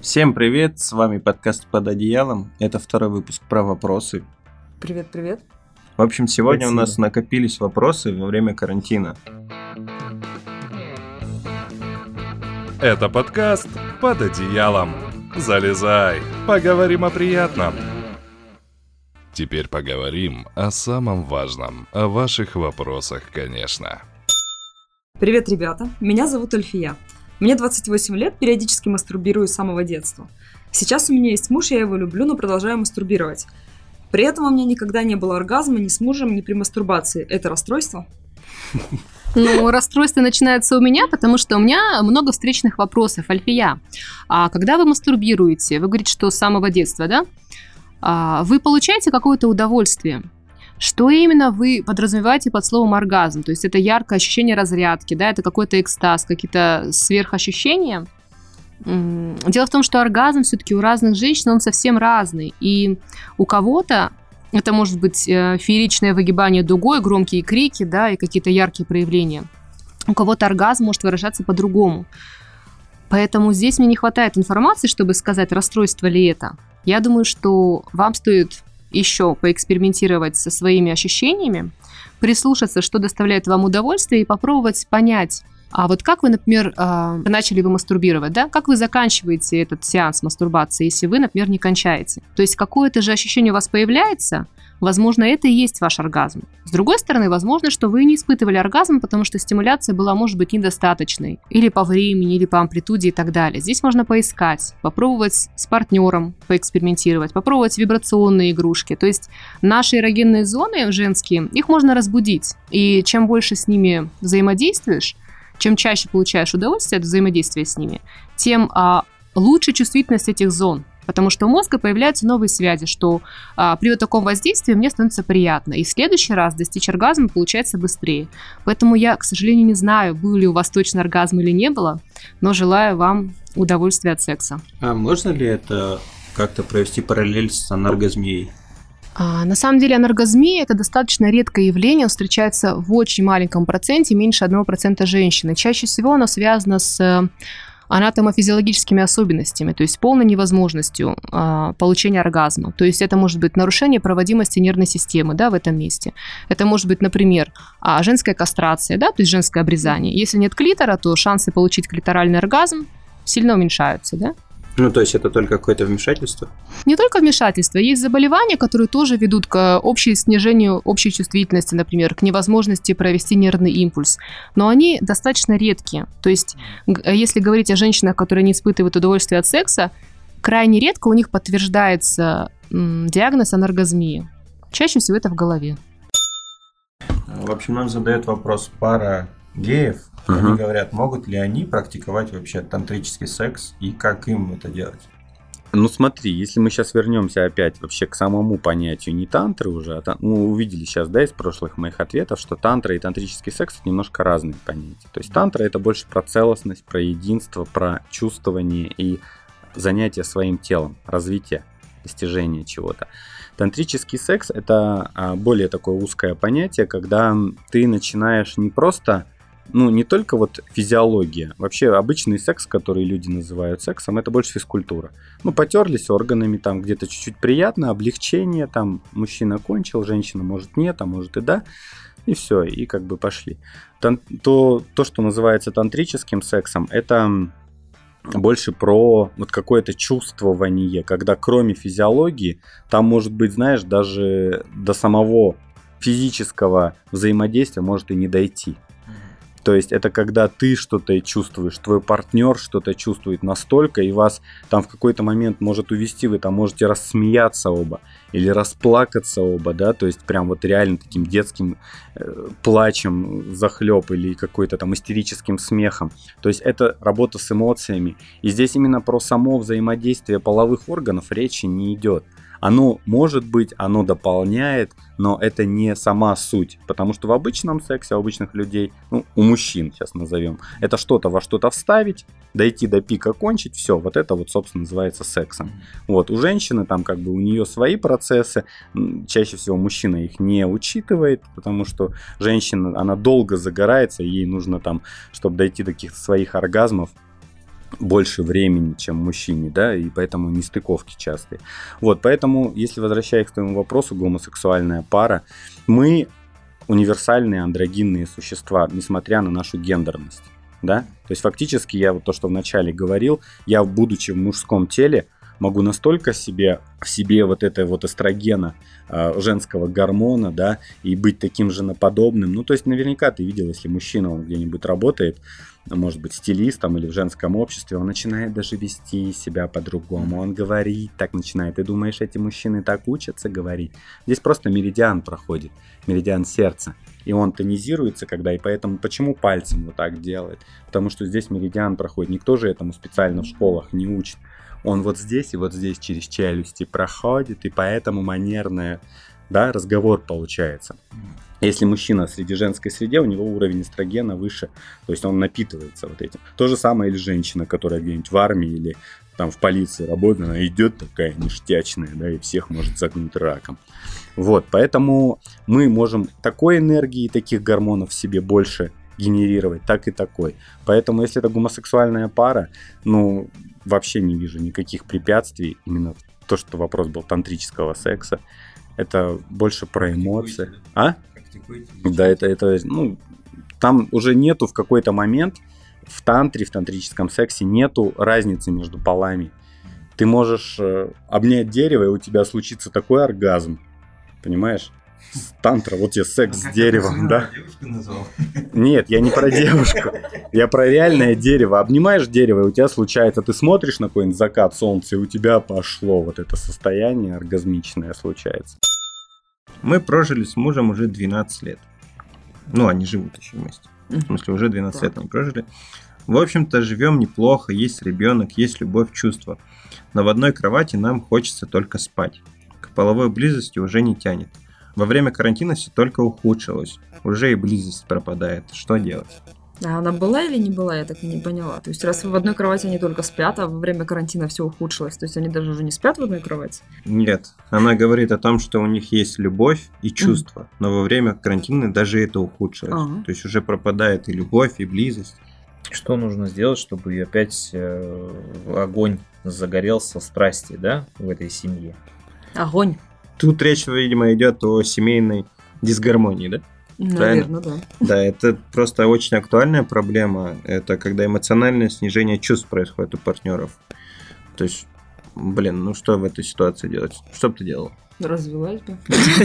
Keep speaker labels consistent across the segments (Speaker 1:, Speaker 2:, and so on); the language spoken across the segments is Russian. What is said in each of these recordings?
Speaker 1: Всем привет, с вами подкаст «Под одеялом». Это второй выпуск про вопросы.
Speaker 2: Привет.
Speaker 1: В общем, сегодня
Speaker 2: Спасибо.
Speaker 1: у нас накопились вопросы во время карантина.
Speaker 3: Это подкаст «Под одеялом». Залезай, поговорим о приятном. Теперь поговорим о самом важном, о ваших вопросах, конечно.
Speaker 2: Привет, ребята. Меня зовут Альфия. Мне 28 лет, периодически мастурбирую с самого детства. Сейчас у меня есть муж, я его люблю, но продолжаю мастурбировать. При этом у меня никогда не было оргазма ни с мужем, ни при мастурбации. Это расстройство?
Speaker 4: Расстройство начинается у меня, потому что у меня много встречных вопросов. Альфия, а когда вы мастурбируете, вы говорите, что с самого детства, да? Вы получаете какое-то удовольствие? Что именно вы подразумеваете под словом оргазм? То есть это яркое ощущение разрядки, да, это какой-то экстаз, какие-то сверхощущения? Дело в том, что оргазм все-таки у разных женщин, он совсем разный. И у кого-то это может быть фееричное выгибание дугой, громкие крики, да, и какие-то яркие проявления. У кого-то оргазм может выражаться по-другому. Поэтому здесь мне не хватает информации, чтобы сказать, расстройство ли это. Я думаю, что вам стоит еще поэкспериментировать со своими ощущениями, прислушаться, что доставляет вам удовольствие, и попробовать понять, а вот как вы, например, начали вы мастурбировать, да? Как вы заканчиваете этот сеанс мастурбации, если вы, например, не кончаете? То есть какое-то же ощущение у вас появляется, возможно, это и есть ваш оргазм. С другой стороны, возможно, что вы не испытывали оргазм, потому что стимуляция была, может быть, недостаточной. Или по времени, или по амплитуде и так далее. Здесь можно поискать, попробовать с партнером поэкспериментировать, попробовать вибрационные игрушки. То есть наши эрогенные зоны женские, их можно разбудить. И чем больше с ними взаимодействуешь, чем чаще получаешь удовольствие от взаимодействия с ними, тем лучше чувствительность этих зон. Потому что у мозга появляются новые связи, что при вот таком воздействии мне становится приятно. И в следующий раз достичь оргазма получается быстрее. Поэтому я, к сожалению, не знаю, был ли у вас точно оргазм или не было, но желаю вам удовольствия от секса.
Speaker 1: А можно ли это как-то провести параллель с аноргазмией?
Speaker 4: На самом деле аноргазмия – это достаточно редкое явление, он встречается в очень маленьком проценте, меньше 1% женщин. И чаще всего оно связано с анатомофизиологическими особенностями, то есть полной невозможностью получения оргазма. То есть это может быть нарушение проводимости нервной системы, да, в этом месте. Это может быть, например, женская кастрация, да, то есть женское обрезание. Если нет клитора, то шансы получить клиторальный оргазм сильно уменьшаются, да.
Speaker 1: То есть это только какое-то вмешательство?
Speaker 4: Не только вмешательство. Есть заболевания, которые тоже ведут к снижению общей чувствительности, например, к невозможности провести нервный импульс. Но они достаточно редкие. То есть, если говорить о женщинах, которые не испытывают удовольствие от секса, крайне редко у них подтверждается диагноз аноргазмии. Чаще всего это в голове.
Speaker 1: В общем, нам задает вопрос пара геев. Они говорят, могут ли они практиковать вообще тантрический секс и как им это делать?
Speaker 5: Смотри, если мы сейчас вернемся опять вообще к самому понятию не тантры уже, мы увидели сейчас, да, из прошлых моих ответов, что тантра и тантрический секс — это немножко разные понятия. То есть тантра — это больше про целостность, про единство, про чувствование и занятие своим телом, развитие, достижение чего-то. Тантрический секс — это более такое узкое понятие, когда ты начинаешь не просто... не только вот физиология. Вообще обычный секс, который люди называют сексом, это больше физкультура. Потерлись органами, там где-то чуть-чуть приятно, облегчение, там мужчина кончил, женщина может нет, а может и да. И все, и как бы пошли. То, что называется тантрическим сексом, это больше про вот какое-то чувствование, когда кроме физиологии, там может быть, знаешь, даже до самого физического взаимодействия может и не дойти. То есть это когда ты что-то чувствуешь, твой партнер что-то чувствует настолько, и вас там в какой-то момент может увести, вы там можете рассмеяться оба или расплакаться оба, да, то есть прям вот реально таким детским плачем захлеб или какой-то там истерическим смехом. То есть это работа с эмоциями. И здесь именно про само взаимодействие половых органов речи не идет. Оно может быть, оно дополняет, но это не сама суть. Потому что в обычном сексе, у обычных людей, у мужчин сейчас назовем, это что-то во что-то вставить, дойти до пика, кончить, все, вот это вот, собственно, называется сексом. Вот, у женщины там как бы у нее свои процессы, чаще всего мужчина их не учитывает, потому что женщина, она долго загорается, ей нужно там, чтобы дойти до каких-то своих оргазмов, больше времени, чем мужчине, да, и поэтому нестыковки частые. Вот, поэтому, если возвращаясь к твоему вопросу, гомосексуальная пара, мы универсальные андрогинные существа, несмотря на нашу гендерность, да. То есть фактически я вот то, что вначале говорил, я, будучи в мужском теле, могу настолько в себе вот этой вот эстрогена, женского гормона, да, и быть таким женоподобным. Ну, то есть наверняка ты видел, если мужчина, он где-нибудь работает, может быть, стилистом или в женском обществе, он начинает даже вести себя по-другому, он говорит, так начинает. Ты думаешь, эти мужчины так учатся говорить? Здесь просто меридиан проходит, меридиан сердца. И он тонизируется, когда, и поэтому почему пальцем вот так делает? Потому что здесь меридиан проходит. Никто же этому специально в школах не учит. Он вот здесь и вот здесь через челюсти проходит, и поэтому манерный, да, разговор получается. Если мужчина среди женской среде, у него уровень эстрогена выше, то есть он напитывается вот этим. То же самое или женщина, которая где-нибудь в армии или там в полиции работает, она идет такая ништячная, да, и всех может загнуть раком. Вот, поэтому мы можем такой энергии, таких гормонов в себе больше генерировать, так и такой. Поэтому, если это гомосексуальная пара, ну, вообще не вижу никаких препятствий. Именно то, что вопрос был тантрического секса, это больше про эмоции. А? Да, это, ну, там уже нету в какой-то момент в тантре, в тантрическом сексе нету разницы между полами. Ты можешь обнять дерево, и у тебя случится такой оргазм. Понимаешь? Тантра, вот тебе секс с деревом, да? Нет, я не про девушку. Я про реальное дерево. Обнимаешь дерево, и у тебя случается, ты смотришь на какой-нибудь закат солнца, и у тебя пошло вот это состояние оргазмичное случается.
Speaker 1: Мы прожили с мужем уже 12 лет. Ну, они живут еще вместе. В смысле, уже 12 лет мы прожили. В общем-то, живем неплохо, есть ребенок, есть любовь, чувства. Но в одной кровати нам хочется только спать. К половой близости уже не тянет. Во время карантина все только ухудшилось. Уже и близость пропадает. Что делать?
Speaker 2: А она была или не была, я так и не поняла. То есть раз в одной кровати они только спят, а во время карантина все ухудшилось, то есть они даже уже не спят в одной кровати?
Speaker 1: Нет. Она говорит о том, что у них есть любовь и чувства, но во время карантина даже это ухудшилось. То есть уже пропадает и любовь, и близость.
Speaker 6: Что нужно сделать, чтобы опять огонь загорелся, страсти, да, в этой семье?
Speaker 2: Огонь.
Speaker 1: Тут речь, видимо, идет о семейной дисгармонии, да?
Speaker 2: Наверное, да.
Speaker 1: Да, это просто очень актуальная проблема. Это когда эмоциональное снижение чувств происходит у партнеров. То есть, блин, ну что в этой ситуации делать? Что бы ты делал?
Speaker 2: Развелась бы.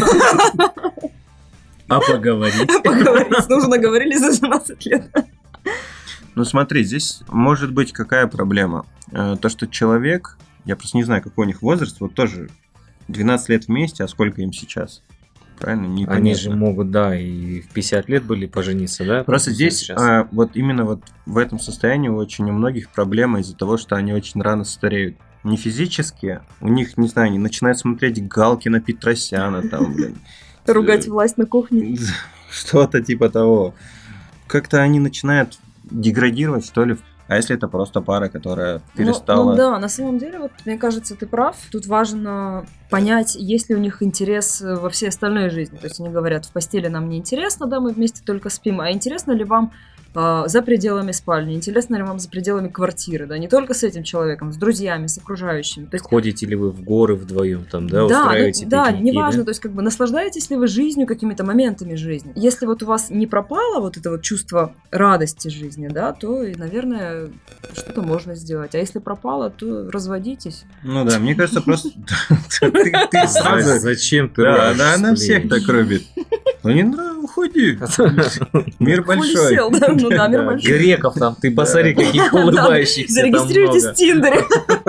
Speaker 6: А поговорить?
Speaker 2: Поговорить нужно, говорили за 12 лет.
Speaker 1: Ну смотри, здесь может быть какая проблема. То, что человек, я просто не знаю, какой у них возраст, вот тоже 12 лет вместе, а сколько им сейчас? Правильно? Непонятно.
Speaker 6: Они же могут, да, и в 50 лет были пожениться, да?
Speaker 1: Просто здесь вот именно вот в этом состоянии очень у многих проблема из-за того, что они очень рано стареют. Не физически, у них, не знаю, они начинают смотреть Галкина, Петросяна, там, блин.
Speaker 2: Ругать власть на кухне.
Speaker 1: Что-то типа того. Как-то они начинают деградировать, что ли. А если это просто пара, которая перестала...
Speaker 2: Ну да, на самом деле, вот мне кажется, ты прав. Тут важно понять, есть ли у них интерес во всей остальной жизни. То есть они говорят, в постели нам не интересно, да, мы вместе только спим. А интересно ли вам за пределами спальни, интересно ли вам за пределами квартиры, да, не только с этим человеком, с друзьями, с окружающими. То есть,
Speaker 6: ходите ли вы в горы вдвоем, там, да, устраиваете пикники,
Speaker 2: неважно,
Speaker 6: да?
Speaker 2: То есть как бы наслаждаетесь ли вы жизнью, какими-то моментами жизни. Если вот у вас не пропало вот это вот чувство радости жизни, да, то, и, наверное, что-то можно сделать. А если пропало, то разводитесь.
Speaker 1: Ну да, мне кажется, просто ты сразу...
Speaker 6: Зачем ты
Speaker 1: Да,
Speaker 6: рожешь,
Speaker 1: да, она
Speaker 6: блин?
Speaker 1: всех так рубит. Ну не нравится, уходи. Мир большой.
Speaker 2: Сел, да? Ну да, мир большой.
Speaker 6: Греков там, ты посмотри, каких улыбающихся там
Speaker 2: Зарегистрируйтесь
Speaker 6: много.
Speaker 2: в Тиндере.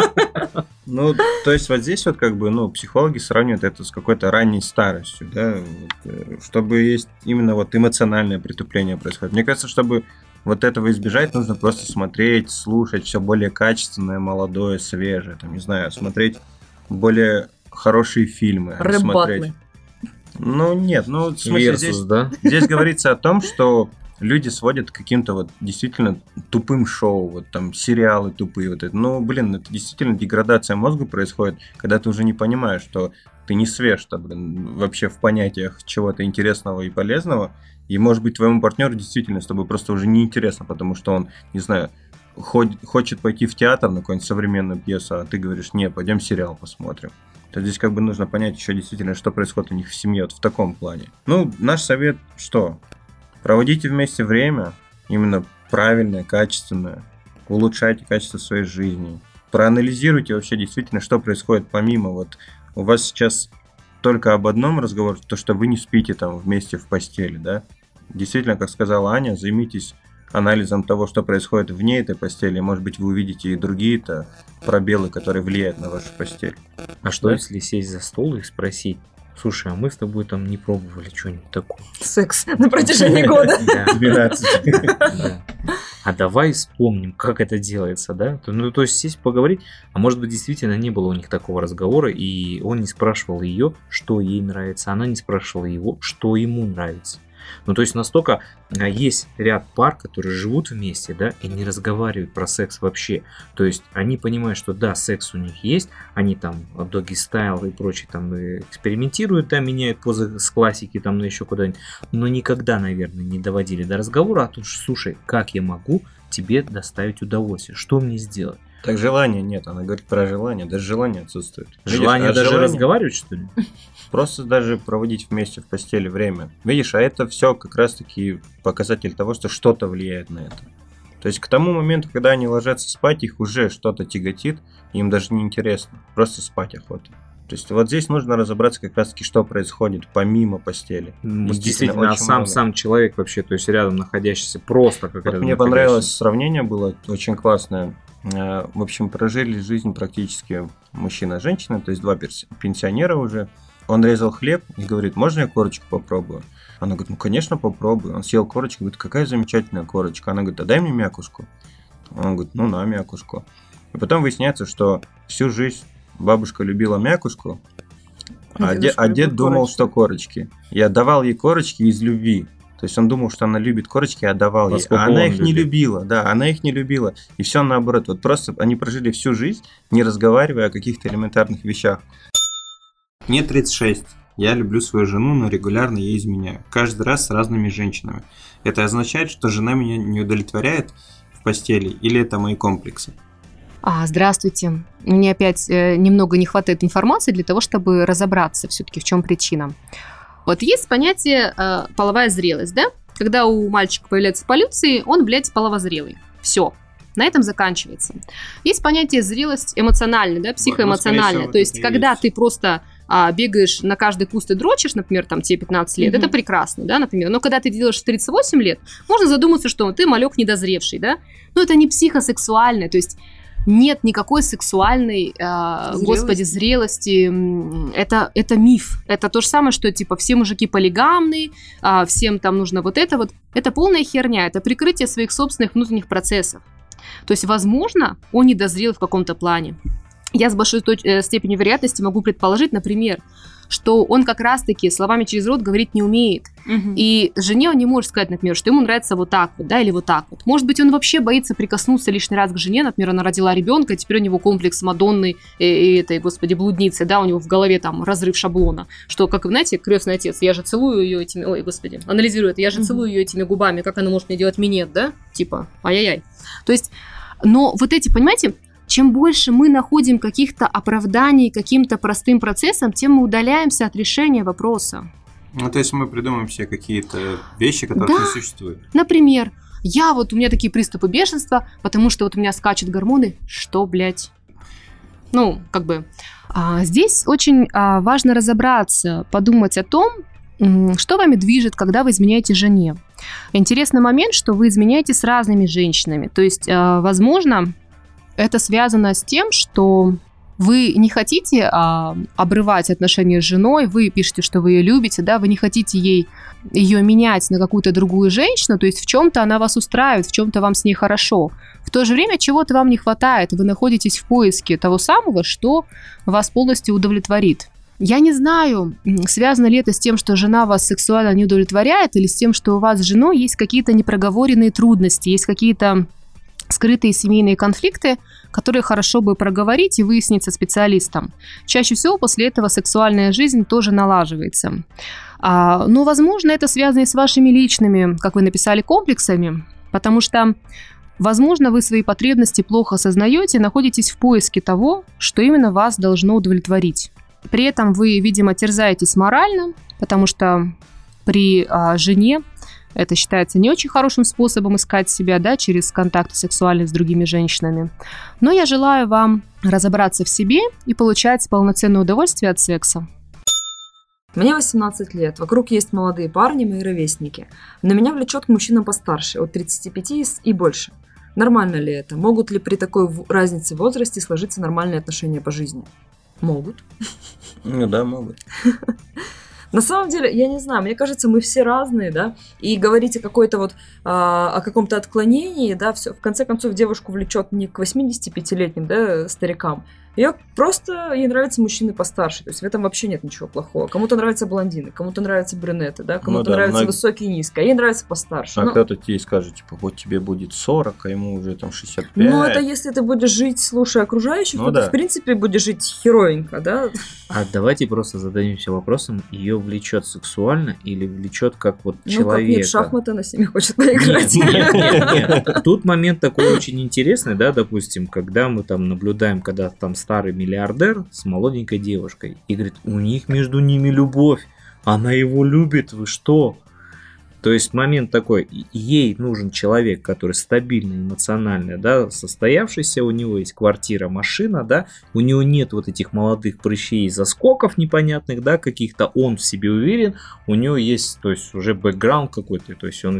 Speaker 1: Ну, то есть вот здесь вот как бы, ну, психологи сравнивают это с какой-то ранней старостью, да, вот, чтобы есть именно вот эмоциональное притупление происходит. Мне кажется, чтобы вот этого избежать, нужно просто смотреть, слушать все более качественное, молодое, свежее, там, не знаю, смотреть более хорошие фильмы.
Speaker 2: Рэп-баттлы.
Speaker 1: Ну, нет, ну, в смысле,
Speaker 6: Versus, да?
Speaker 1: здесь говорится о том, что люди сводят к каким-то вот действительно тупым шоу, вот там сериалы тупые, вот это. Ну, блин, это действительно деградация мозга происходит, когда ты уже не понимаешь, что ты не свеж, блин, вообще в понятиях чего-то интересного и полезного, и, может быть, твоему партнеру действительно с тобой просто уже неинтересно, потому что он, не знаю, хочет пойти в театр на какую-нибудь современную пьесу, а ты говоришь, не, пойдем сериал посмотрим. То здесь как бы нужно понять еще действительно, что происходит у них в семье, вот в таком плане. Ну, наш совет что? Проводите вместе время, именно правильное, качественное. Улучшайте качество своей жизни. Проанализируйте вообще действительно, что происходит помимо. Вот у вас сейчас только об одном разговор, то, что вы не спите там вместе в постели, да? Действительно, как сказала Аня, займитесь анализом того, что происходит вне этой постели. Может быть, вы увидите и другие-то пробелы, которые влияют на вашу постель.
Speaker 6: А что, если сесть за стол и спросить, слушай, а мы с тобой там не пробовали что-нибудь такое?
Speaker 2: Секс на протяжении года.
Speaker 1: 12.
Speaker 6: А давай вспомним, как это делается, да? Ну, то есть сесть поговорить, а может быть, действительно не было у них такого разговора, и он не спрашивал ее, что ей нравится, она не спрашивала его, что ему нравится. Ну, то есть настолько есть ряд пар, которые живут вместе, да, и не разговаривают про секс вообще. То есть они понимают, что да, секс у них есть, они там доги стайл и прочее там экспериментируют, да, меняют позы с классики там, ну, еще куда-нибудь, но никогда, наверное, не доводили до разговора, а тут, слушай, как я могу тебе доставить удовольствие, что мне сделать?
Speaker 1: Так желания нет, она говорит про желание, даже желание отсутствует.
Speaker 6: Желание
Speaker 1: Видишь,
Speaker 6: даже
Speaker 1: желание
Speaker 6: разговаривать, что ли?
Speaker 1: Просто даже проводить вместе в постели время. Видишь, а это все как раз-таки показатель того, что что-то влияет на это. То есть к тому моменту, когда они ложатся спать, их уже что-то тяготит, им даже не интересно, просто спать охота. То есть вот здесь нужно разобраться как раз-таки, что происходит помимо постели.
Speaker 6: Действительно, а сам человек вообще, то есть рядом находящийся просто как
Speaker 1: вот
Speaker 6: рядом
Speaker 1: мне понравилось сравнение было очень классное. В общем, прожили жизнь практически мужчина и женщина, то есть два пенсионера уже. Он резал хлеб и говорит, можно я корочку попробую? Она говорит, ну, конечно, попробуй. Он съел корочку, говорит, какая замечательная корочка. Она говорит, а дай мне мякушку. Он говорит, ну, на мякушку. И потом выясняется, что всю жизнь бабушка любила мякушку, а дед думал, что корочки. И отдавал ей корочки из любви. То есть он думал, что она любит корочки, отдавал ей. А она их не любила, да, она их не любила. И все наоборот. Вот просто они прожили всю жизнь, не разговаривая о каких-то элементарных вещах. Мне 36. Я люблю свою жену, но регулярно ей изменяю. Каждый раз с разными женщинами. Это означает, что жена меня не удовлетворяет в постели, или это мои комплексы?
Speaker 4: Здравствуйте. Мне опять немного не хватает информации для того, чтобы разобраться все-таки, в чем причина. Вот есть понятие половая зрелость, да? Когда у мальчика появляются полюции, он, половозрелый. Все. На этом заканчивается. Есть понятие зрелость эмоциональная, да, психоэмоциональная. То есть, когда ты просто бегаешь на каждый куст и дрочишь, например, там тебе 15 лет, это прекрасно, да, например. Но когда ты делаешь в 38 лет, можно задуматься, что ты малек недозревший, да. Но это не психосексуальное, то есть нет никакой сексуальной, зрелости. Это миф. Это то же самое, что типа все мужики полигамные, всем там нужно вот это вот. Это полная херня, это прикрытие своих собственных внутренних процессов. То есть, возможно, он недозрел в каком-то плане. Я с большой степенью вероятности могу предположить, например, что он как раз-таки словами через рот говорить не умеет. И жене он не может сказать, например, что ему нравится вот так вот, да, или вот так вот. Может быть, он вообще боится прикоснуться лишний раз к жене, например, она родила ребенка, и теперь у него комплекс Мадонны и этой, господи, блудницы, да, у него в голове там разрыв шаблона, что, как вы знаете, крестный отец, я же целую ее этими, ой, господи, анализирую это, я же целую ее этими губами, как она может мне делать минет, да, типа, ай-яй-яй. То есть, но вот эти, понимаете, чем больше мы находим каких-то оправданий каким-то простым процессам, тем мы удаляемся от решения вопроса.
Speaker 1: Ну, то есть мы придумаем себе какие-то вещи, которых не существует.
Speaker 4: Например, у меня такие приступы бешенства, потому что вот у меня скачут гормоны. Что, блядь? Здесь очень важно разобраться, подумать о том, что вами движет, когда вы изменяете жене. Интересный момент, что вы изменяете с разными женщинами. То есть, возможно, это связано с тем, что вы не хотите обрывать отношения с женой, вы пишете, что вы ее любите, да, вы не хотите ее менять на какую-то другую женщину, то есть в чем-то она вас устраивает, в чем-то вам с ней хорошо. В то же время чего-то вам не хватает, вы находитесь в поиске того самого, что вас полностью удовлетворит. Я не знаю, связано ли это с тем, что жена вас сексуально не удовлетворяет, или с тем, что у вас с женой есть какие-то непроговоренные трудности, есть какие-то скрытые семейные конфликты, которые хорошо бы проговорить и выяснить со специалистом. Чаще всего после этого сексуальная жизнь тоже налаживается. Но, возможно, это связано и с вашими личными, как вы написали, комплексами, потому что Возможно, вы свои потребности плохо осознаете и находитесь в поиске того, что именно вас должно удовлетворить. При этом вы, видимо, терзаетесь морально, потому что при жене это считается не очень хорошим способом искать себя, да, через контакты сексуальные с другими женщинами. Но я желаю вам разобраться в себе и получать полноценное удовольствие от секса.
Speaker 2: Мне 18 лет, вокруг есть молодые парни, мои ровесники. Но меня влечет к мужчинам постарше, от 35 и больше. Нормально ли это? Могут ли при такой разнице в возрасте сложиться нормальные отношения по жизни? Могут.
Speaker 1: Ну да, могут.
Speaker 2: На самом деле, я не знаю, мне кажется, мы все разные, да, и говорить о какой-то вот, о каком-то отклонении, да, все, в конце концов, девушку влечет не к 85-летним, да, старикам, ей нравятся мужчины постарше, то есть в этом вообще нет ничего плохого. Кому-то нравятся блондины, кому-то нравятся брюнеты, да, кому-то нравятся высокие и низкие, а ей нравится постарше.
Speaker 1: А кто-то тебе скажет, типа, вот тебе будет 40, а ему уже там 65.
Speaker 2: Ну, это если ты будешь жить, слушая окружающих, то ты, в принципе, будешь жить херовенько, да.
Speaker 6: А давайте просто зададимся вопросом, ее влечет сексуально или влечет как вот человека?
Speaker 2: Ну, как нет, шахматы она с ними хочет поиграть.
Speaker 6: Нет. Тут момент такой очень интересный, да, допустим, когда мы там наблюдаем, когда там старый миллиардер с молоденькой девушкой, и говорит, у них между ними любовь, она его любит, вы что? То есть момент такой, ей нужен человек, который стабильный, эмоциональный, да, состоявшийся, у него есть квартира, машина, да, у него нет вот этих молодых прыщей и заскоков непонятных, да, каких-то, он в себе уверен, у него есть, то есть уже бэкграунд какой-то, то есть он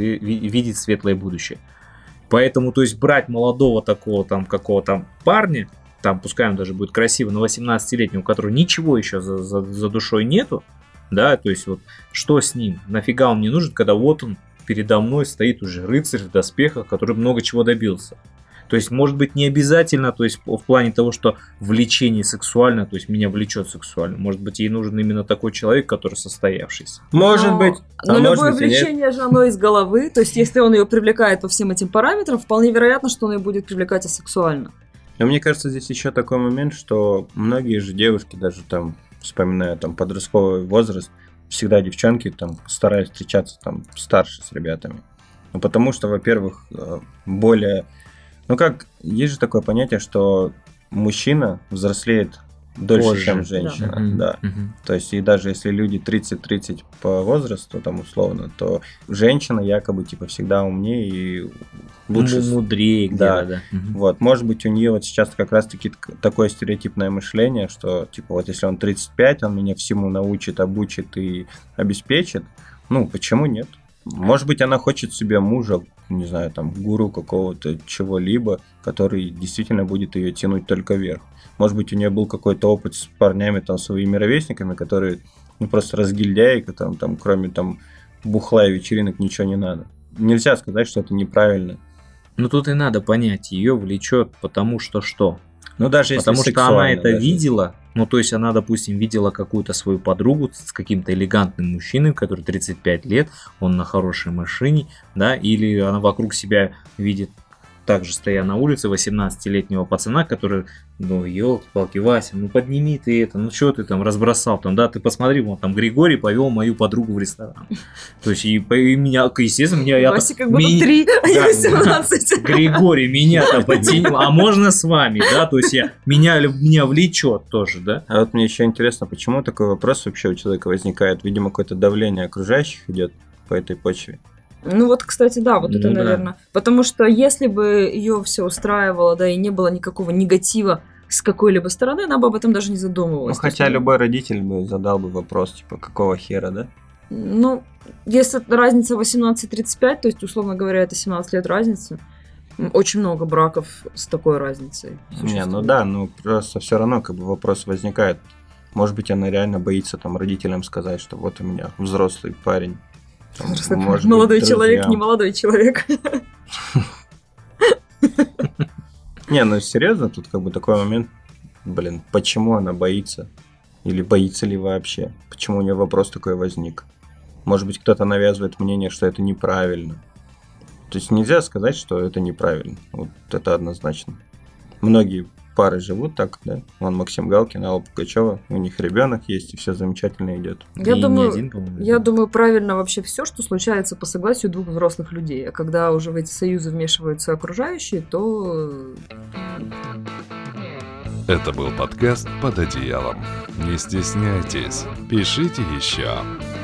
Speaker 6: видит светлое будущее. Поэтому, то есть брать молодого такого там какого-то парня, там пускай он даже будет красивый, но 18-летнего, у которого ничего еще за душой нету, да, то есть вот что с ним, нафига он мне нужен, когда вот он передо мной стоит уже рыцарь в доспехах, который много чего добился. То есть, может быть, не обязательно, то есть в плане того, что влечение сексуально, то есть меня влечет сексуально. Может быть, ей нужен именно такой человек, который состоявшийся.
Speaker 1: Может быть.
Speaker 2: Но любое влечение же оно из головы, то есть если он ее привлекает по всем этим параметрам, вполне вероятно, что он ее будет привлекать и сексуально.
Speaker 1: Но мне кажется, здесь еще такой момент, что многие же девушки, даже там, вспоминая там подростковый возраст, всегда девчонки там стараются встречаться там старше с ребятами. Ну, потому что, во-первых, более... Ну, как, есть же такое понятие, что мужчина взрослеет дольше,
Speaker 6: Позже,
Speaker 1: чем женщина.
Speaker 6: да.
Speaker 1: Да. То есть, и даже если люди 30-30 по возрасту, там, условно, то женщина якобы, типа, всегда умнее и лучше...
Speaker 6: Мудрее
Speaker 1: да.
Speaker 6: где-то, да.
Speaker 1: Вот, может быть, у нее вот сейчас как раз-таки такое стереотипное мышление, что, типа, вот если он 35, он меня всему научит, обучит и обеспечит. Ну, почему нет? Может быть, она хочет себе мужа, не знаю, там, гуру какого-то чего-либо, который действительно будет ее тянуть только вверх. Может быть, у нее был какой-то опыт с парнями, там, своими ровесниками, которые, ну, просто разгильдяи, там, кроме, там, бухла и вечеринок ничего не надо. Нельзя сказать, что это неправильно.
Speaker 6: Ну, тут и надо понять, ее влечет потому что что?
Speaker 1: Ну, даже если
Speaker 6: потому что она это
Speaker 1: даже
Speaker 6: видела, ну, то есть она, допустим, видела какую-то свою подругу с каким-то элегантным мужчиной, который 35 лет, он на хорошей машине, да, или она вокруг себя видит, также стоя на улице, 18-летнего пацана, который, ну, елки-палки, Вася, ну, подними ты это, ну, что ты там разбросал, там, да, ты посмотри, вон там Григорий повел мою подругу в ресторан. То есть, и меня, естественно, меня...
Speaker 2: Вася как будто 3, а я 18.
Speaker 6: Григорий, меня-то подтянул, а можно с вами, да, то есть меня влечет тоже, да.
Speaker 1: А вот мне еще интересно, почему такой вопрос вообще у человека возникает? Видимо, какое-то давление окружающих идет по этой почве.
Speaker 2: Ну вот, кстати, да, вот это,
Speaker 6: да.
Speaker 2: наверное. Потому что если бы ее все устраивало, да, и не было никакого негатива с какой-либо стороны, она бы об этом даже не задумывалась.
Speaker 1: Ну, хотя любой родитель бы задал бы вопрос, типа, какого хера, да?
Speaker 2: Ну, если разница 18-35, то есть, условно говоря, это 17 лет разницы, очень много браков с такой разницей.
Speaker 1: Не, ну да, ну просто все равно как бы вопрос возникает. Может быть, она реально боится там родителям сказать, что вот у меня взрослый парень. Там,
Speaker 2: молодой человек, не молодой человек.
Speaker 1: Не, ну серьезно, тут как бы такой момент, блин, почему она боится? Или боится ли вообще? Почему у нее вопрос такой возник? Может быть, кто-то навязывает мнение, что это неправильно. То есть нельзя сказать, что это неправильно. Вот это однозначно. Многие пары живут так, да. Вон Максим Галкин, Алла Пугачева, у них ребенок есть, и все замечательно идет.
Speaker 2: Я
Speaker 6: И
Speaker 2: думаю,
Speaker 6: не один, по-моему.
Speaker 2: Я думаю, правильно вообще все, что случается по согласию двух взрослых людей. А когда уже в эти союзы вмешиваются окружающие, то...
Speaker 3: Это был подкаст «Под одеялом». Не стесняйтесь, пишите еще.